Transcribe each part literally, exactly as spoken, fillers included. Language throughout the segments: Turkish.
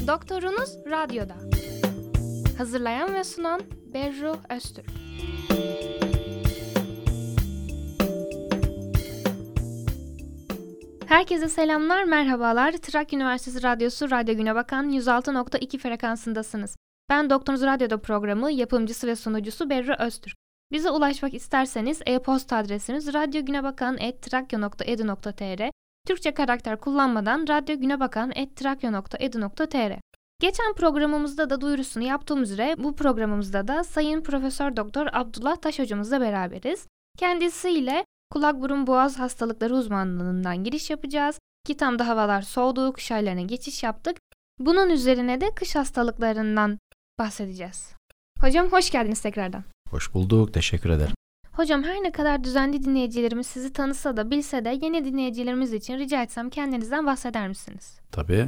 Doktorunuz Radyo'da. Hazırlayan ve sunan Berru Öztürk. Herkese selamlar, merhabalar. Trakya Üniversitesi Radyosu Radyo Güne Bakan yüz altı nokta iki frekansındasınız. Ben Doktorunuz Radyo'da programı yapımcısı ve sunucusu Berru Öztürk. Bize ulaşmak isterseniz e-posta adresimiz radyogünebakan at trakya nokta edu nokta tr, Türkçe karakter kullanmadan radyogünebakan at trakya nokta edu nokta tr. Geçen programımızda da duyurusunu yaptığımız üzere bu programımızda da Sayın Profesör Doktor Abdullah Taş hocamızla beraberiz. Kendisiyle kulak burun boğaz hastalıkları uzmanlığından giriş yapacağız. Ki tam da havalar soğudu, kış aylarına geçiş yaptık. Bunun üzerine de kış hastalıklarından bahsedeceğiz. Hocam hoş geldiniz tekrardan. Hoş bulduk, teşekkür ederim. Hocam her ne kadar düzenli dinleyicilerimiz sizi tanısa da bilse de yeni dinleyicilerimiz için rica etsem kendinizden bahseder misiniz? Tabii.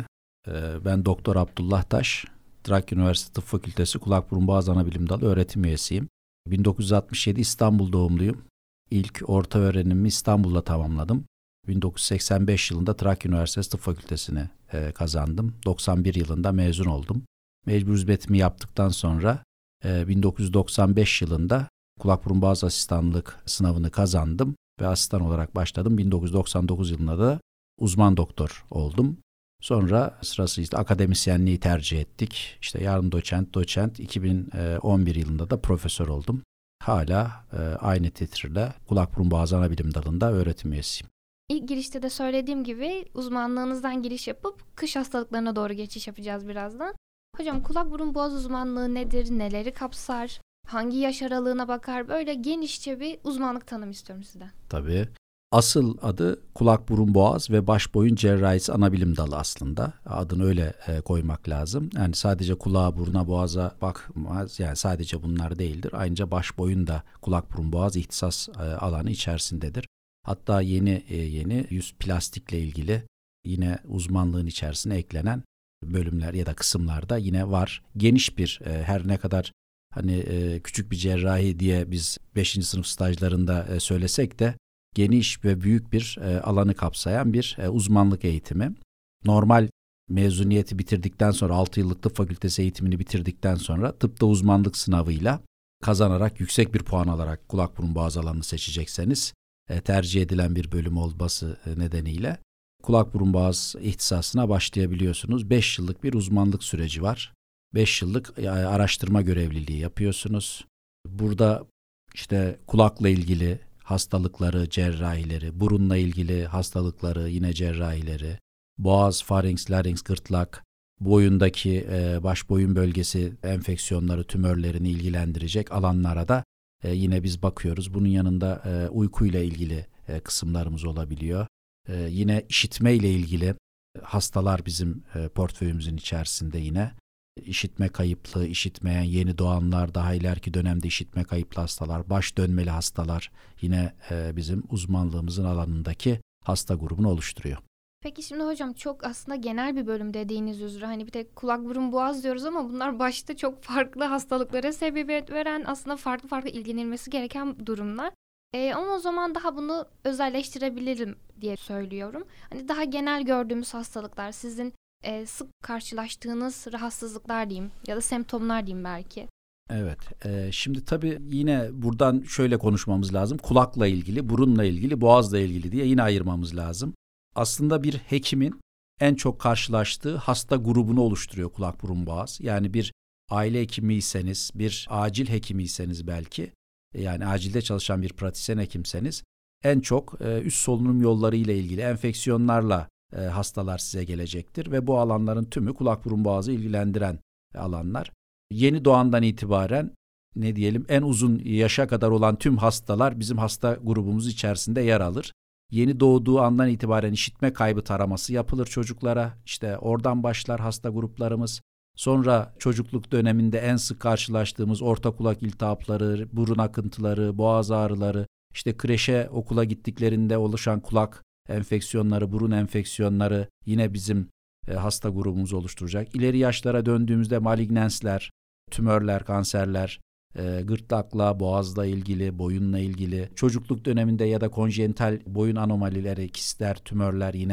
Ben Doktor Abdullah Taş, Trakya Üniversitesi Tıp Fakültesi Kulak Burun Boğaz Anabilim Dalı öğretim üyesiyim. bin dokuz yüz altmış yedi İstanbul doğumluyum. İlk orta öğrenimimi İstanbul'da tamamladım. bin dokuz yüz seksen beş yılında Trakya Üniversitesi Tıp Fakültesini kazandım. doksan bir yılında mezun oldum. Mecbur hizmetimi yaptıktan sonra bin dokuz yüz doksan beş yılında kulak burun boğaz asistanlık sınavını kazandım ve asistan olarak başladım. bin dokuz yüz doksan dokuz yılında da uzman doktor oldum. Sonra sırasıyla akademisyenliği tercih ettik. İşte yarım doçent, doçent iki bin on bir yılında da profesör oldum. Hala e, aynı titrle kulak burun boğaz anabilim dalında öğretim üyesiyim. İlk girişte de söylediğim gibi uzmanlığınızdan giriş yapıp kış hastalıklarına doğru geçiş yapacağız birazdan. Hocam kulak burun boğaz uzmanlığı nedir, neleri kapsar, hangi yaş aralığına bakar, böyle genişçe bir uzmanlık tanım istiyorum sizden. Tabii. Asıl adı kulak burun boğaz ve baş boyun cerrahisi anabilim dalı aslında. Adını öyle e, koymak lazım. Yani sadece kulağa, buruna, boğaza bakmaz. Yani sadece bunlar değildir. Ayrıca baş boyun da kulak burun boğaz ihtisas e, alanı içerisindedir. Hatta yeni e, yeni yüz plastikle ilgili yine uzmanlığın içerisine eklenen bölümler ya da kısımlarda yine var. Geniş bir e, her ne kadar hani e, küçük bir cerrahi diye biz beşinci sınıf stajlarında e, söylesek de geniş ve büyük bir e, alanı kapsayan bir e, uzmanlık eğitimi. Normal mezuniyeti bitirdikten sonra altı yıllık tıp fakültesi eğitimini bitirdikten sonra tıpta uzmanlık sınavıyla kazanarak yüksek bir puan alarak kulak burun boğaz alanını seçecekseniz e, tercih edilen bir bölüm olması e, nedeniyle kulak burun boğaz ihtisasına başlayabiliyorsunuz. beş yıllık bir uzmanlık süreci var. beş yıllık e, araştırma görevliliği yapıyorsunuz. Burada işte kulakla ilgili hastalıkları, cerrahileri, burunla ilgili hastalıkları, yine cerrahileri, boğaz, farinks, larynx, gırtlak, boyundaki e, baş boyun bölgesi enfeksiyonları, tümörlerini ilgilendirecek alanlara da e, yine biz bakıyoruz. Bunun yanında e, uykuyla ilgili e, kısımlarımız olabiliyor. E, yine işitme ile ilgili hastalar bizim e, portföyümüzün içerisinde yine. İşitme kayıplı, işitmeyen yeni doğanlar, daha ileriki dönemde işitme kayıplı hastalar, baş dönmeli hastalar yine e, bizim uzmanlığımızın alanındaki hasta grubunu oluşturuyor. Peki şimdi hocam çok aslında genel bir bölüm dediğiniz üzere hani bir tek kulak burun boğaz diyoruz ama bunlar başta çok farklı hastalıklara sebebiyet veren aslında farklı farklı ilgilenilmesi gereken durumlar. Ee, ama o zaman daha bunu özelleştirebilirim diye söylüyorum. Hani daha genel gördüğümüz hastalıklar sizin Ee, sık karşılaştığınız rahatsızlıklar diyeyim ya da semptomlar diyeyim belki. Evet, e, şimdi tabii yine buradan şöyle konuşmamız lazım. Kulakla ilgili, burunla ilgili, boğazla ilgili diye yine ayırmamız lazım. Aslında bir hekimin en çok karşılaştığı hasta grubunu oluşturuyor kulak, burun, boğaz. Yani bir aile hekimiyseniz, bir acil hekimiyseniz belki, yani acilde çalışan bir pratisyen hekimseniz en çok e, üst solunum yolları ile ilgili enfeksiyonlarla E, hastalar size gelecektir ve bu alanların tümü kulak burun boğazı ilgilendiren alanlar. Yeni doğandan itibaren ne diyelim en uzun yaşa kadar olan tüm hastalar bizim hasta grubumuz içerisinde yer alır. Yeni doğduğu andan itibaren işitme kaybı taraması yapılır çocuklara. İşte oradan başlar hasta gruplarımız. Sonra çocukluk döneminde en sık karşılaştığımız orta kulak iltihapları, burun akıntıları, boğaz ağrıları, işte kreşe okula gittiklerinde oluşan kulak enfeksiyonları, burun enfeksiyonları yine bizim e, hasta grubumuzu oluşturacak. İleri yaşlara döndüğümüzde malignensler, tümörler, kanserler, e, gırtlakla, boğazla ilgili, boyunla ilgili, çocukluk döneminde ya da konjenital boyun anomalileri, kistler, tümörler yine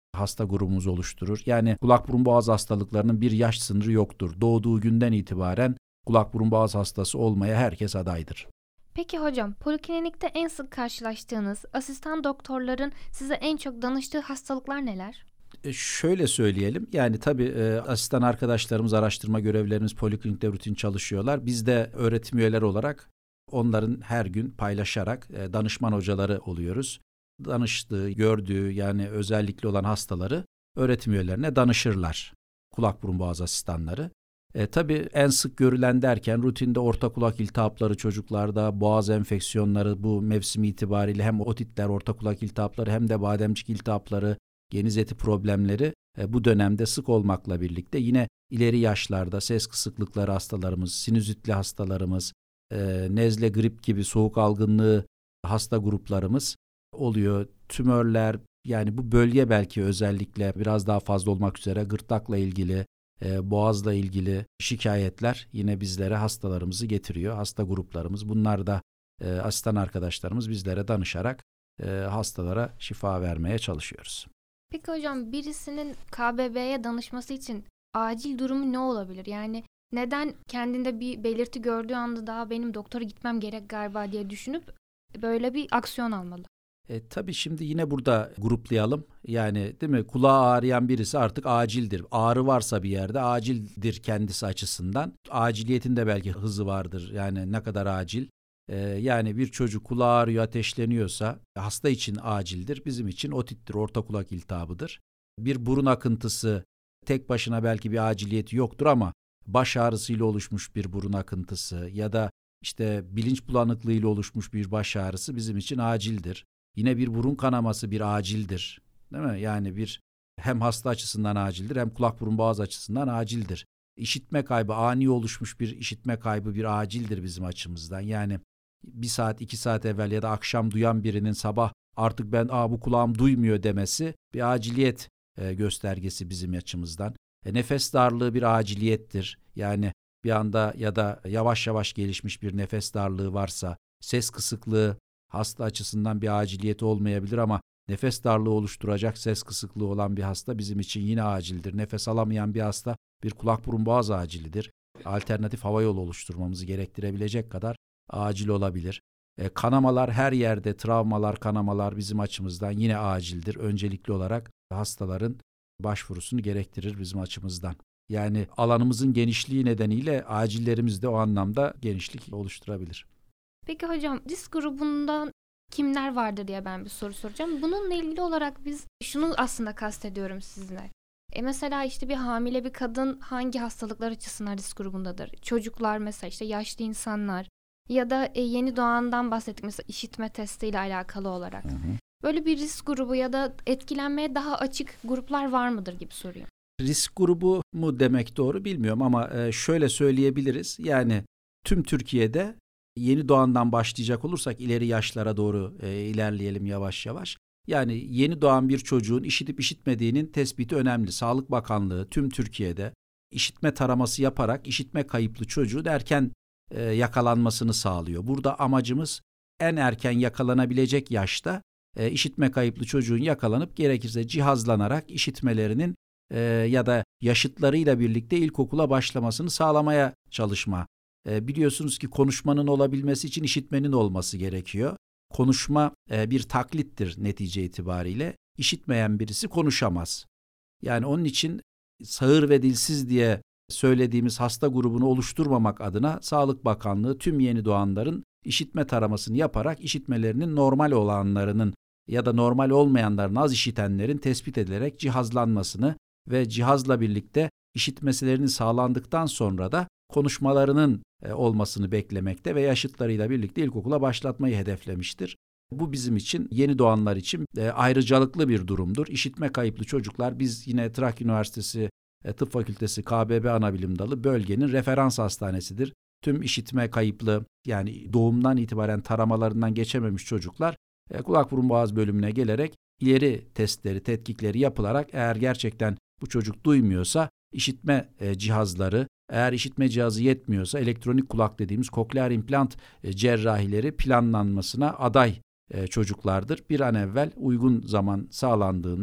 hasta grubumuz oluşturur. Yani kulak burun boğaz hastalıklarının bir yaş sınırı yoktur. Doğduğu günden itibaren kulak burun boğaz hastası olmaya herkes adaydır. Peki hocam, poliklinikte en sık karşılaştığınız asistan doktorların size en çok danıştığı hastalıklar neler? E şöyle söyleyelim, yani tabii e, asistan arkadaşlarımız, araştırma görevlilerimiz poliklinikte rutin çalışıyorlar. Biz de öğretim üyeleri olarak onların her gün paylaşarak e, danışman hocaları oluyoruz. Danıştığı, gördüğü, yani özellikle olan hastaları öğretim üyelerine danışırlar. Kulak burun boğaz asistanları. E, tabii en sık görülen derken rutinde orta kulak iltihapları çocuklarda, boğaz enfeksiyonları bu mevsim itibariyle hem otitler, orta kulak iltihapları hem de bademcik iltihapları, geniz eti problemleri e, bu dönemde sık olmakla birlikte yine ileri yaşlarda ses kısıklıkları hastalarımız, sinüzitli hastalarımız, e, nezle, grip gibi soğuk algınlığı hasta gruplarımız oluyor. Tümörler, yani bu bölge belki özellikle biraz daha fazla olmak üzere gırtlakla ilgili, e, boğazla ilgili şikayetler yine bizlere hastalarımızı getiriyor. Hasta gruplarımız, bunlar da e, asistan arkadaşlarımız bizlere danışarak e, hastalara şifa vermeye çalışıyoruz. Peki hocam, birisinin K B B'ye danışması için acil durumu ne olabilir? Yani neden kendinde bir belirti gördüğü anda daha benim doktora gitmem gerek galiba diye düşünüp böyle bir aksiyon almalı? E, tabii şimdi yine burada gruplayalım. Yani değil mi? Kulağı ağrıyan birisi artık acildir. Ağrı varsa bir yerde acildir kendisi açısından. Aciliyetin de belki hızı vardır. Yani ne kadar acil? E, yani bir çocuk kulağı ağrıyor, ateşleniyorsa hasta için acildir. Bizim için otittir, orta kulak iltihabıdır. Bir burun akıntısı tek başına belki bir aciliyeti yoktur ama baş ağrısıyla oluşmuş bir burun akıntısı ya da işte bilinç bulanıklığıyla oluşmuş bir baş ağrısı bizim için acildir. Yine bir burun kanaması bir acildir, değil mi? Yani bir hem hasta açısından acildir hem kulak burun boğaz açısından acildir. İşitme kaybı, ani oluşmuş bir işitme kaybı bir acildir bizim açımızdan. Yani bir saat, iki saat evvel ya da akşam duyan birinin sabah artık ben Aa, bu kulağım duymuyor demesi bir aciliyet e, göstergesi bizim açımızdan. E, nefes darlığı bir aciliyettir. Yani bir anda ya da yavaş yavaş gelişmiş bir nefes darlığı varsa, ses kısıklığı hasta açısından bir aciliyeti olmayabilir ama nefes darlığı oluşturacak ses kısıklığı olan bir hasta bizim için yine acildir. Nefes alamayan bir hasta bir kulak burun boğaz acilidir. Alternatif hava yolu oluşturmamızı gerektirebilecek kadar acil olabilir. E, kanamalar her yerde, travmalar, kanamalar bizim açımızdan yine acildir. Öncelikli olarak hastaların başvurusunu gerektirir bizim açımızdan. Yani alanımızın genişliği nedeniyle acillerimiz de o anlamda genişlik oluşturabilir. Peki hocam, risk grubundan kimler vardır diye ben bir soru soracağım. Bununla ilgili olarak biz şunu aslında kastediyorum sizinle. E mesela işte bir hamile bir kadın hangi hastalıklar açısından risk grubundadır? Çocuklar mesela, işte yaşlı insanlar ya da e, yeni doğandan bahsettik mesela işitme testiyle alakalı olarak. Hı hı. Böyle bir risk grubu ya da etkilenmeye daha açık gruplar var mıdır gibi soruyorum. Risk grubu mu demek doğru bilmiyorum ama şöyle söyleyebiliriz. Yani tüm Türkiye'de yeni doğandan başlayacak olursak ileri yaşlara doğru e, ilerleyelim yavaş yavaş. Yani yeni doğan bir çocuğun işitip işitmediğinin tespiti önemli. Sağlık Bakanlığı tüm Türkiye'de işitme taraması yaparak işitme kayıplı çocuğun erken e, yakalanmasını sağlıyor. Burada amacımız en erken yakalanabilecek yaşta e, işitme kayıplı çocuğun yakalanıp gerekirse cihazlanarak işitmelerinin e, ya da yaşıtlarıyla birlikte ilkokula başlamasını sağlamaya çalışma. E, biliyorsunuz ki konuşmanın olabilmesi için işitmenin olması gerekiyor. Konuşma e, bir taklittir netice itibariyle. İşitmeyen birisi konuşamaz. Yani onun için sağır ve dilsiz diye söylediğimiz hasta grubunu oluşturmamak adına Sağlık Bakanlığı tüm yeni doğanların işitme taramasını yaparak işitmelerinin normal olanlarının ya da normal olmayanların, az işitenlerin tespit edilerek cihazlanmasını ve cihazla birlikte işitmelerinin sağlandıktan sonra da konuşmalarının olmasını beklemekte ve yaşıtlarıyla birlikte ilkokula başlatmayı hedeflemiştir. Bu bizim için, yeni doğanlar için ayrıcalıklı bir durumdur. İşitme kayıplı çocuklar, biz yine Trakya Üniversitesi Tıp Fakültesi K B B Anabilim Dalı bölgenin referans hastanesidir. Tüm işitme kayıplı, yani doğumdan itibaren taramalarından geçememiş çocuklar kulak burun boğaz bölümüne gelerek ileri testleri, tetkikleri yapılarak eğer gerçekten bu çocuk duymuyorsa işitme cihazları, eğer işitme cihazı yetmiyorsa elektronik kulak dediğimiz koklear implant cerrahileri planlanmasına aday çocuklardır. Bir an evvel uygun zaman sağlandığında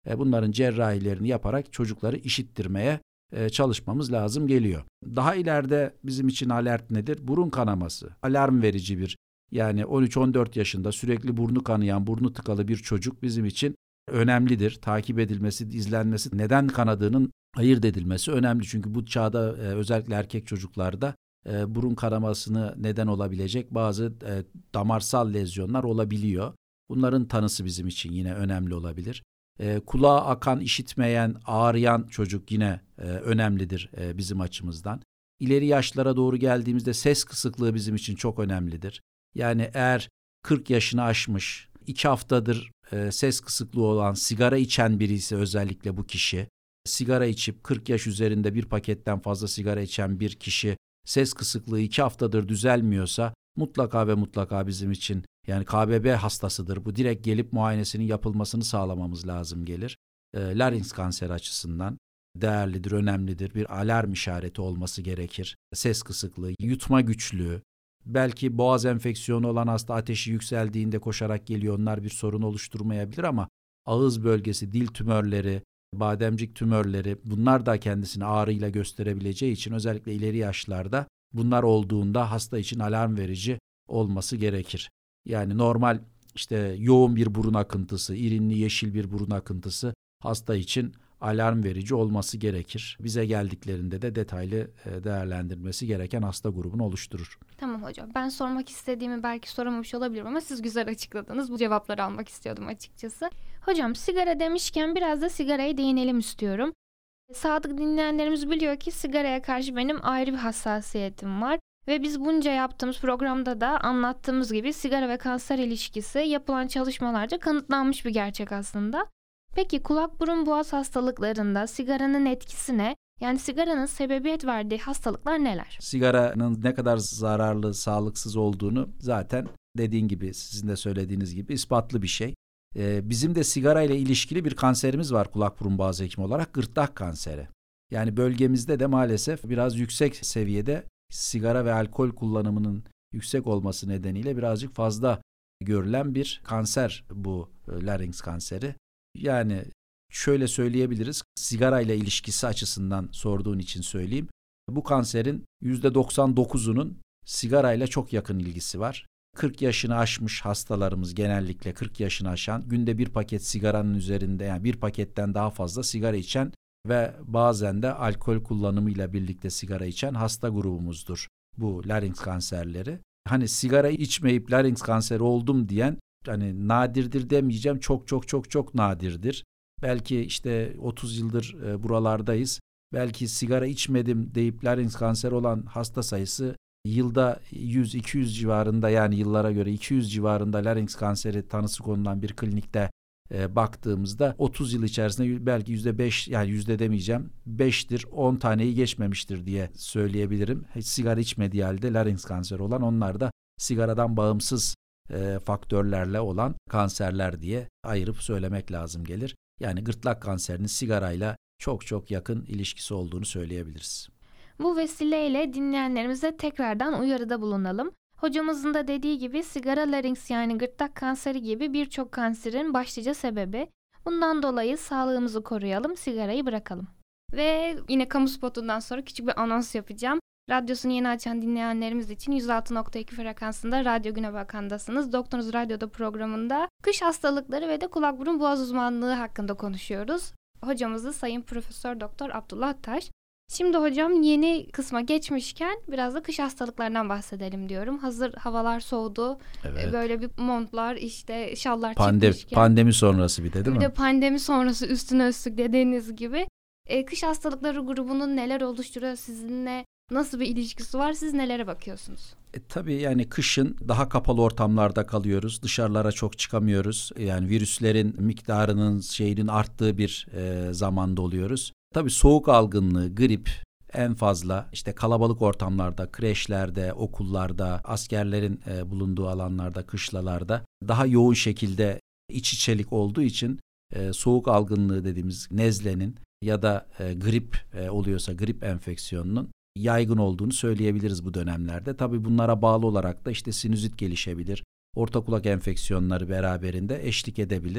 e, bunların cerrahilerini yaparak çocukları işittirmeye e, çalışmamız lazım geliyor. Daha ileride bizim için alert nedir? Burun kanaması. Alarm verici bir, yani on üç on dört yaşında sürekli burnu kanayan, burnu tıkalı bir çocuk bizim için önemlidir. Takip edilmesi, izlenmesi, neden kanadığının ayırt edilmesi önemli. Çünkü bu çağda e, özellikle erkek çocuklarda e, burun kanamasını neden olabilecek bazı e, damarsal lezyonlar olabiliyor. Bunların tanısı bizim için yine önemli olabilir. E, kulağa akan, işitmeyen, ağrıyan çocuk yine e, önemlidir e, bizim açımızdan. İleri yaşlara doğru geldiğimizde ses kısıklığı bizim için çok önemlidir. Yani eğer kırk yaşını aşmış, iki haftadır e, ses kısıklığı olan, sigara içen biri ise özellikle bu kişi, sigara içip kırk yaş üzerinde bir paketten fazla sigara içen bir kişi, ses kısıklığı iki haftadır düzelmiyorsa mutlaka ve mutlaka bizim için, yani K B B hastasıdır. Bu direkt gelip muayenesinin yapılmasını sağlamamız lazım gelir. E, larynx kanseri açısından değerlidir, önemlidir. Bir alarm işareti olması gerekir. Ses kısıklığı, yutma güçlüğü, belki boğaz enfeksiyonu olan hasta ateşi yükseldiğinde koşarak geliyor. Onlar bir sorun oluşturmayabilir ama ağız bölgesi, dil tümörleri, bademcik tümörleri, bunlar da kendisini ağrıyla gösterebileceği için özellikle ileri yaşlarda bunlar olduğunda hasta için alarm verici olması gerekir. Yani normal işte yoğun bir burun akıntısı, irinli yeşil bir burun akıntısı hasta için alarm verici olması gerekir. Bize geldiklerinde de detaylı değerlendirmesi gereken hasta grubunu oluşturur. Tamam hocam. Ben sormak istediğimi belki soramamış olabilirim ama siz güzel açıkladınız. Bu cevapları almak istiyordum açıkçası. Hocam, sigara demişken biraz da sigaraya değinelim istiyorum. Sadık dinleyenlerimiz biliyor ki sigaraya karşı benim ayrı bir hassasiyetim var. Ve biz bunca yaptığımız programda da anlattığımız gibi sigara ve kanser ilişkisi yapılan çalışmalarca kanıtlanmış bir gerçek aslında. Peki kulak burun boğaz hastalıklarında sigaranın etkisi ne? Yani sigaranın sebebiyet verdiği hastalıklar neler? Sigaranın ne kadar zararlı, sağlıksız olduğunu zaten dediğin gibi, sizin de söylediğiniz gibi ispatlı bir şey. Ee, bizim de sigara ile ilişkili bir kanserimiz var kulak burun boğaz hekimi olarak, gırtlak kanseri. Yani bölgemizde de maalesef biraz yüksek seviyede sigara ve alkol kullanımının yüksek olması nedeniyle birazcık fazla görülen bir kanser bu larynx kanseri. Yani şöyle söyleyebiliriz, sigara ile ilişkisi açısından sorduğun için söyleyeyim. Bu kanserin yüzde doksan dokuzunun sigarayla çok yakın ilgisi var. kırk yaşını aşmış hastalarımız, genellikle kırk yaşını aşan, günde bir paket sigaranın üzerinde, yani bir paketten daha fazla sigara içen ve bazen de alkol kullanımıyla birlikte sigara içen hasta grubumuzdur bu larynx kanserleri. Hani sigara içmeyip larynx kanseri oldum diyen, hani nadirdir demeyeceğim, çok çok çok çok nadirdir. Belki işte otuz yıldır e, buralardayız. Belki sigara içmedim deyip larynx kanseri olan hasta sayısı yılda yüz iki yüz civarında, yani yıllara göre iki yüz civarında larynx kanseri tanısı konulan bir klinikte e, baktığımızda otuz yıl içerisinde belki yüzde beş, yani yüzde demeyeceğim, beştir, on taneyi geçmemiştir diye söyleyebilirim. Hiç sigara içmediği halde larynx kanseri olan, onlar da sigaradan bağımsız e, faktörlerle olan kanserler diye ayırıp söylemek lazım gelir. Yani gırtlak kanserinin sigarayla çok çok yakın ilişkisi olduğunu söyleyebiliriz. Bu vesileyle dinleyenlerimize tekrardan uyarıda bulunalım. Hocamızın da dediği gibi sigara larynx, yani gırtlak kanseri gibi birçok kanserin başlıca sebebi. Bundan dolayı sağlığımızı koruyalım, sigarayı bırakalım. Ve yine kamu spotundan sonra küçük bir anons yapacağım. Radyosunu yeni açan dinleyenlerimiz için yüz altı nokta iki frekansında Radyo Günebakan'dasınız. Doktorunuz Radyo'da programında kış hastalıkları ve de kulak burun boğaz uzmanlığı hakkında konuşuyoruz. Hocamızı Sayın Profesör Doktor Abdullah Taş. Şimdi hocam, yeni kısma geçmişken biraz da kış hastalıklarından bahsedelim diyorum. Hazır havalar soğudu. Evet. Böyle bir montlar, işte şallar Pandem, çıkmışken. Pandemi sonrası bir de değil bir mi? Bir de pandemi sonrası üstüne üstlük dediğiniz gibi. E, kış hastalıkları grubunun neler oluşturuyor, sizinle nasıl bir ilişkisi var, siz nelere bakıyorsunuz? E, tabii yani kışın daha kapalı ortamlarda kalıyoruz. Dışarılara çok çıkamıyoruz. Yani virüslerin miktarının şeyinin arttığı bir e, zamanda oluyoruz. Tabii soğuk algınlığı, grip en fazla işte kalabalık ortamlarda, kreşlerde, okullarda, askerlerin e, bulunduğu alanlarda, kışlalarda daha yoğun şekilde iç içelik olduğu için e, soğuk algınlığı dediğimiz nezlenin ya da e, grip e, oluyorsa grip enfeksiyonunun yaygın olduğunu söyleyebiliriz bu dönemlerde. Tabii bunlara bağlı olarak da işte sinüzit gelişebilir, orta kulak enfeksiyonları beraberinde eşlik edebilir.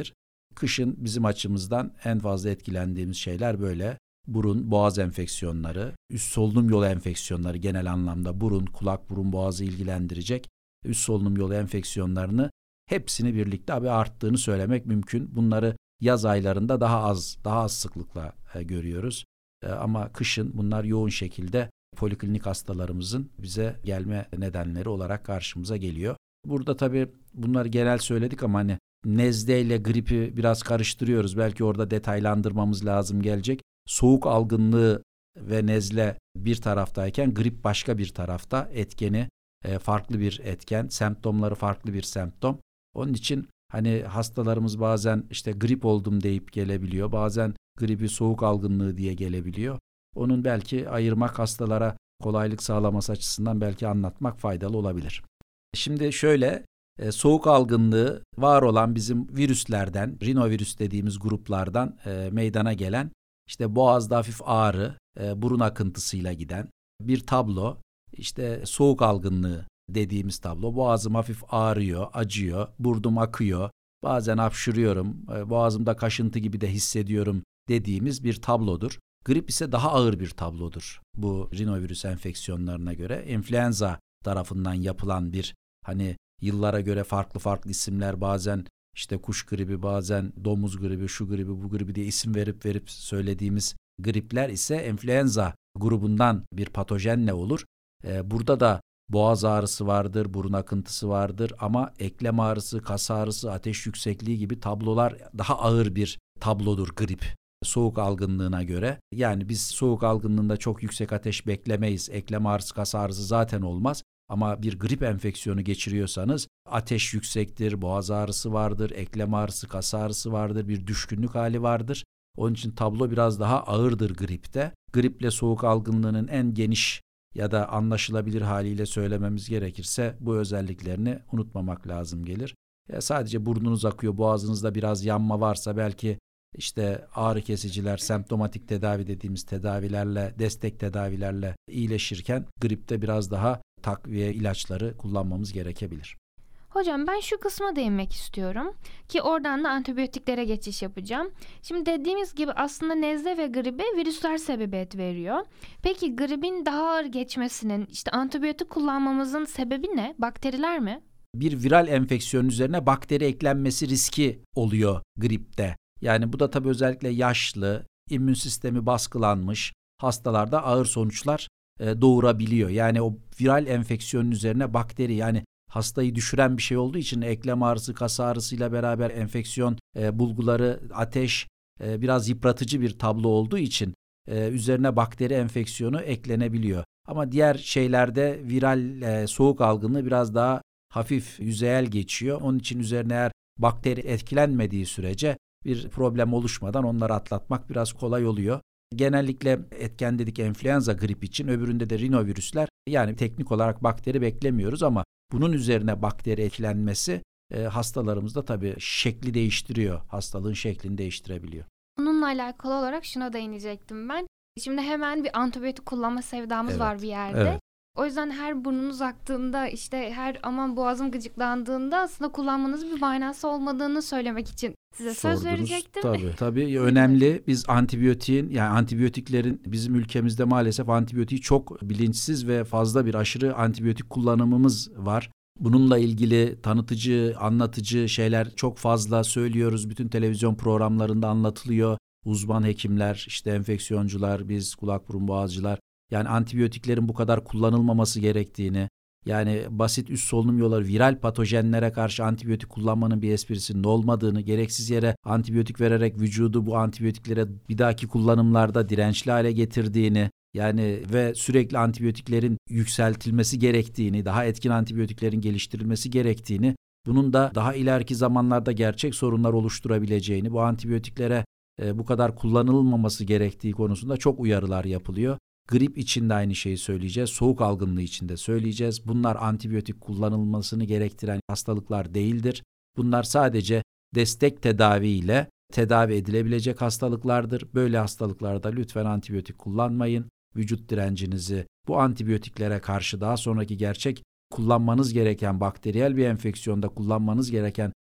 kışın bizim açımızdan en fazla etkilendiğimiz şeyler böyle. Burun, boğaz enfeksiyonları, üst solunum yolu enfeksiyonları genel anlamda burun, kulak, burun, boğazı ilgilendirecek üst solunum yolu enfeksiyonlarını hepsini birlikte abi arttığını söylemek mümkün. Bunları yaz aylarında daha az, daha az sıklıkla e, görüyoruz. E, ama kışın bunlar yoğun şekilde poliklinik hastalarımızın bize gelme nedenleri olarak karşımıza geliyor. Burada tabii bunları genel söyledik ama hani nezleyle gripi biraz karıştırıyoruz. Belki orada detaylandırmamız lazım gelecek. Soğuk algınlığı ve nezle bir taraftayken grip başka bir tarafta, etkeni e, farklı bir etken, semptomları farklı bir semptom. Onun için hani hastalarımız bazen işte grip oldum deyip gelebiliyor. Bazen gribi soğuk algınlığı diye gelebiliyor. Onun belki ayırmak, hastalara kolaylık sağlaması açısından belki anlatmak faydalı olabilir. Şimdi şöyle, e, soğuk algınlığı var olan bizim virüslerden, rinovirüs dediğimiz gruplardan e, meydana gelen, işte boğazda hafif ağrı, e, burun akıntısıyla giden bir tablo, işte soğuk algınlığı dediğimiz tablo. Boğazım hafif ağrıyor, acıyor, burnum akıyor, bazen hapşırıyorum, e, boğazımda kaşıntı gibi de hissediyorum dediğimiz bir tablodur. Grip ise daha ağır bir tablodur bu rinovirüs enfeksiyonlarına göre. İnfluenza tarafından yapılan bir, hani yıllara göre farklı farklı isimler, bazen işte kuş gribi, bazen domuz gribi, şu gribi, bu gribi diye isim verip verip söylediğimiz gripler ise enfluenza grubundan bir patojenle olur. Ee, burada da boğaz ağrısı vardır, burun akıntısı vardır ama eklem ağrısı, kas ağrısı, ateş yüksekliği gibi tablolar daha ağır bir tablodur grip. Soğuk algınlığına göre. Yani biz soğuk algınlığında çok yüksek ateş beklemeyiz. Eklem ağrısı, kas ağrısı zaten olmaz. Ama bir grip enfeksiyonu geçiriyorsanız ateş yüksektir, boğaz ağrısı vardır, eklem ağrısı, kas ağrısı vardır, bir düşkünlük hali vardır. Onun için tablo biraz daha ağırdır gripte. Griple soğuk algınlığının en geniş ya da anlaşılabilir haliyle söylememiz gerekirse bu özelliklerini unutmamak lazım gelir. Ya sadece burnunuz akıyor, boğazınızda biraz yanma varsa belki İşte ağrı kesiciler, semptomatik tedavi dediğimiz tedavilerle, destek tedavilerle iyileşirken gripte biraz daha takviye ilaçları kullanmamız gerekebilir. Hocam ben şu kısma değinmek istiyorum ki oradan da antibiyotiklere geçiş yapacağım. Şimdi dediğimiz gibi aslında nezle ve gribe virüsler sebebiyet veriyor. Peki gribin daha ağır geçmesinin, işte antibiyotik kullanmamızın sebebi ne? Bakteriler mi? Bir viral enfeksiyon üzerine bakteri eklenmesi riski oluyor gripte. Yani bu da tabii özellikle yaşlı, immün sistemi baskılanmış hastalarda ağır sonuçlar e, doğurabiliyor. Yani o viral enfeksiyonun üzerine bakteri, yani hastayı düşüren bir şey olduğu için eklem ağrısı, kas ağrısıyla beraber enfeksiyon e, bulguları, ateş e, biraz yıpratıcı bir tablo olduğu için e, üzerine bakteri enfeksiyonu eklenebiliyor. Ama diğer şeylerde viral e, soğuk algınlığı biraz daha hafif, yüzeyel geçiyor. Onun için üzerine eğer bakteri etkilenmediği sürece bir problem oluşmadan onları atlatmak biraz kolay oluyor. Genellikle etken dedik enfluenza grip için, öbüründe de rinovirüsler. Yani teknik olarak bakteri beklemiyoruz ama bunun üzerine bakteri etkilenmesi e, hastalarımızda tabii şekli değiştiriyor. Hastalığın şeklini değiştirebiliyor. Bununla alakalı olarak şuna değinecektim ben. Şimdi hemen bir antibiyotik kullanma sevdamız Evet, var bir yerde. Evet. O yüzden her burnunuz aktığında, işte her aman boğazım gıcıklandığında aslında kullanmanızın bir manası olmadığını söylemek için size söz Sordunuz. verecektim. Tabii, tabii önemli. Biz antibiyotiğin, yani antibiyotiklerin bizim ülkemizde maalesef antibiyotiği çok bilinçsiz ve fazla bir aşırı antibiyotik kullanımımız var. Bununla ilgili tanıtıcı, anlatıcı şeyler çok fazla söylüyoruz. Bütün televizyon programlarında anlatılıyor. Uzman hekimler, işte enfeksiyoncular, biz kulak burun boğazcılar. Yani antibiyotiklerin bu kadar kullanılmaması gerektiğini, yani basit üst solunum yolları viral patojenlere karşı antibiyotik kullanmanın bir esprisinin olmadığını, gereksiz yere antibiyotik vererek vücudu bu antibiyotiklere bir dahaki kullanımlarda dirençli hale getirdiğini, yani ve sürekli antibiyotiklerin yükseltilmesi gerektiğini, daha etkin antibiyotiklerin geliştirilmesi gerektiğini, bunun da daha ileriki zamanlarda gerçek sorunlar oluşturabileceğini, bu antibiyotiklere e, bu kadar kullanılmaması gerektiği konusunda çok uyarılar yapılıyor. Grip için de aynı şeyi söyleyeceğiz. Soğuk algınlığı için de söyleyeceğiz. Bunlar antibiyotik kullanılmasını gerektiren hastalıklar değildir. Bunlar sadece destek tedaviyle tedavi edilebilecek hastalıklardır. Böyle hastalıklarda lütfen antibiyotik kullanmayın. Vücut direncinizi bu antibiyotiklere karşı daha sonraki gerçek kullanmanız gereken, bakteriyel bir enfeksiyonda kullanmanız gereken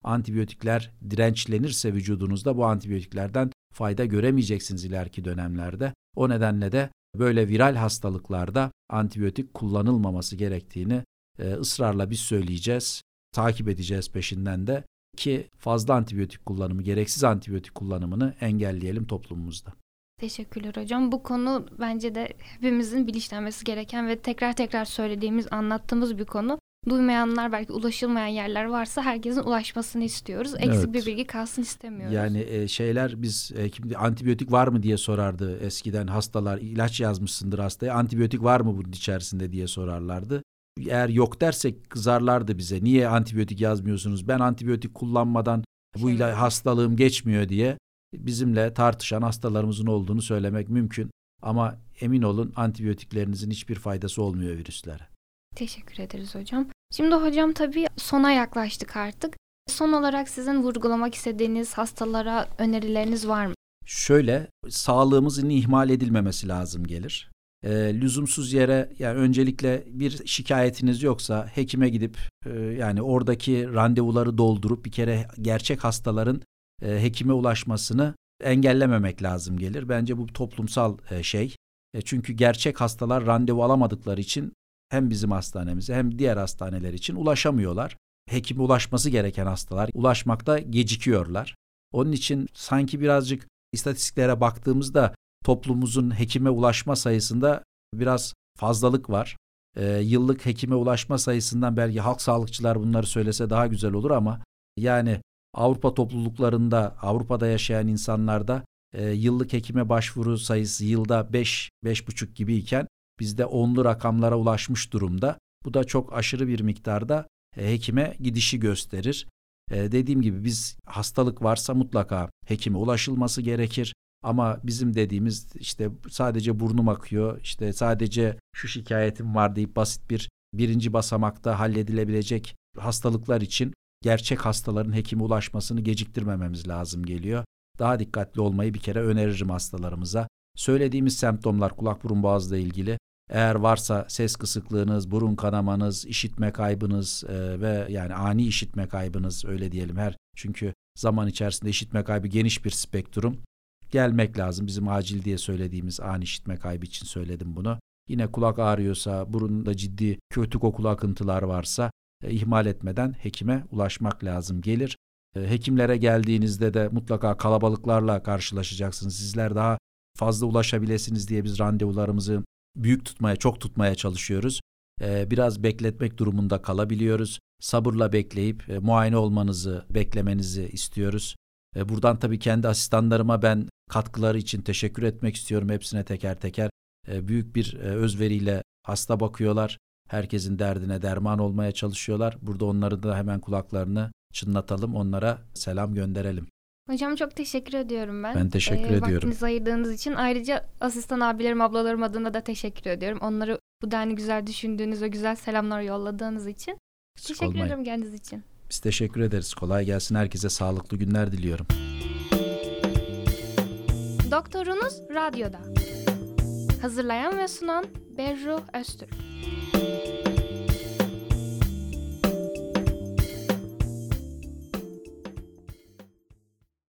antibiyotikler dirençlenirse vücudunuzda bu antibiyotiklerden fayda göremeyeceksiniz ileriki dönemlerde. O nedenle de böyle viral hastalıklarda antibiyotik kullanılmaması gerektiğini e, ısrarla biz söyleyeceğiz, takip edeceğiz peşinden de ki fazla antibiyotik kullanımı, gereksiz antibiyotik kullanımını engelleyelim toplumumuzda. Teşekkürler hocam. Bu konu bence de hepimizin bilinçlenmesi gereken ve tekrar tekrar söylediğimiz, anlattığımız bir konu. Duymayanlar, belki ulaşılmayan yerler varsa herkesin ulaşmasını istiyoruz. Eksik Evet. bir bilgi kalsın istemiyoruz. Yani e, şeyler biz e, kimdi, antibiyotik var mı diye sorardı eskiden hastalar. İlaç yazmışsındır hastaya, antibiyotik var mı bunun içerisinde diye sorarlardı. Eğer yok dersek kızarlardı bize. Niye antibiyotik yazmıyorsunuz? Ben antibiyotik kullanmadan bu ile hastalığım geçmiyor diye bizimle tartışan hastalarımızın olduğunu söylemek mümkün. Ama emin olun antibiyotiklerinizin hiçbir faydası olmuyor virüslere. Teşekkür ederiz hocam. Şimdi hocam tabii sona yaklaştık artık. Son olarak sizin vurgulamak istediğiniz hastalara önerileriniz var mı? Şöyle, sağlığımızın ihmal edilmemesi lazım gelir. E, lüzumsuz yere, yani öncelikle bir şikayetiniz yoksa hekime gidip e, yani oradaki randevuları doldurup bir kere gerçek hastaların e, hekime ulaşmasını engellememek lazım gelir. Bence bu bir toplumsal e, şey. E, çünkü gerçek hastalar randevu alamadıkları için hem bizim hastanemize hem diğer hastaneler için ulaşamıyorlar. Hekime ulaşması gereken hastalar ulaşmakta gecikiyorlar. Onun için sanki birazcık istatistiklere baktığımızda toplumumuzun hekime ulaşma sayısında biraz fazlalık var. Ee, yıllık hekime ulaşma sayısından belki halk sağlıkçılar bunları söylese daha güzel olur ama yani Avrupa topluluklarında, Avrupa'da yaşayan insanlarda e, yıllık hekime başvuru sayısı yılda beş, beş buçuk gibiyken bizde onlu rakamlara ulaşmış durumda. Bu da çok aşırı bir miktarda e, hekime gidişi gösterir. E, dediğim gibi biz hastalık varsa mutlaka hekime ulaşılması gerekir. Ama bizim dediğimiz işte sadece burnum akıyor, işte sadece şu şikayetim var deyip basit bir birinci basamakta halledilebilecek hastalıklar için gerçek hastaların hekime ulaşmasını geciktirmememiz lazım geliyor. Daha dikkatli olmayı bir kere öneririm hastalarımıza. Söylediğimiz semptomlar kulak burun boğazla ilgili. Eğer varsa ses kısıklığınız, burun kanamanız, işitme kaybınız e, ve yani ani işitme kaybınız öyle diyelim her çünkü zaman içerisinde işitme kaybı geniş bir spektrum. Gelmek lazım. Bizim acil diye söylediğimiz ani işitme kaybı için söyledim bunu. Yine kulak ağrıyorsa, burunda ciddi kötü kokulu akıntılar varsa e, ihmal etmeden hekime ulaşmak lazım gelir. E, hekimlere geldiğinizde de mutlaka kalabalıklarla karşılaşacaksınız. Sizler daha fazla ulaşabilirsiniz diye biz randevularımızı büyük tutmaya, çok tutmaya çalışıyoruz. E, biraz bekletmek durumunda kalabiliyoruz. Sabırla bekleyip e, muayene olmanızı, beklemenizi istiyoruz. E, buradan tabii kendi asistanlarıma ben katkıları için teşekkür etmek istiyorum. Hepsine teker teker e, büyük bir e, özveriyle hasta bakıyorlar. Herkesin derdine derman olmaya çalışıyorlar. Burada onları da hemen kulaklarını çınlatalım. Onlara selam gönderelim. Hocam çok teşekkür ediyorum ben. Ben teşekkür ee, ediyorum. Vaktinizi ayırdığınız için. Ayrıca asistan abilerim, ablalarım adına da teşekkür ediyorum. Onları bu denli güzel düşündüğünüz ve güzel selamlar yolladığınız için. Sık teşekkür olmayın. ederim kendiniz için. Biz teşekkür ederiz. Kolay gelsin. Herkese sağlıklı günler diliyorum. Doktorunuz Radyo'da. Hazırlayan ve sunan Berru Öztürk.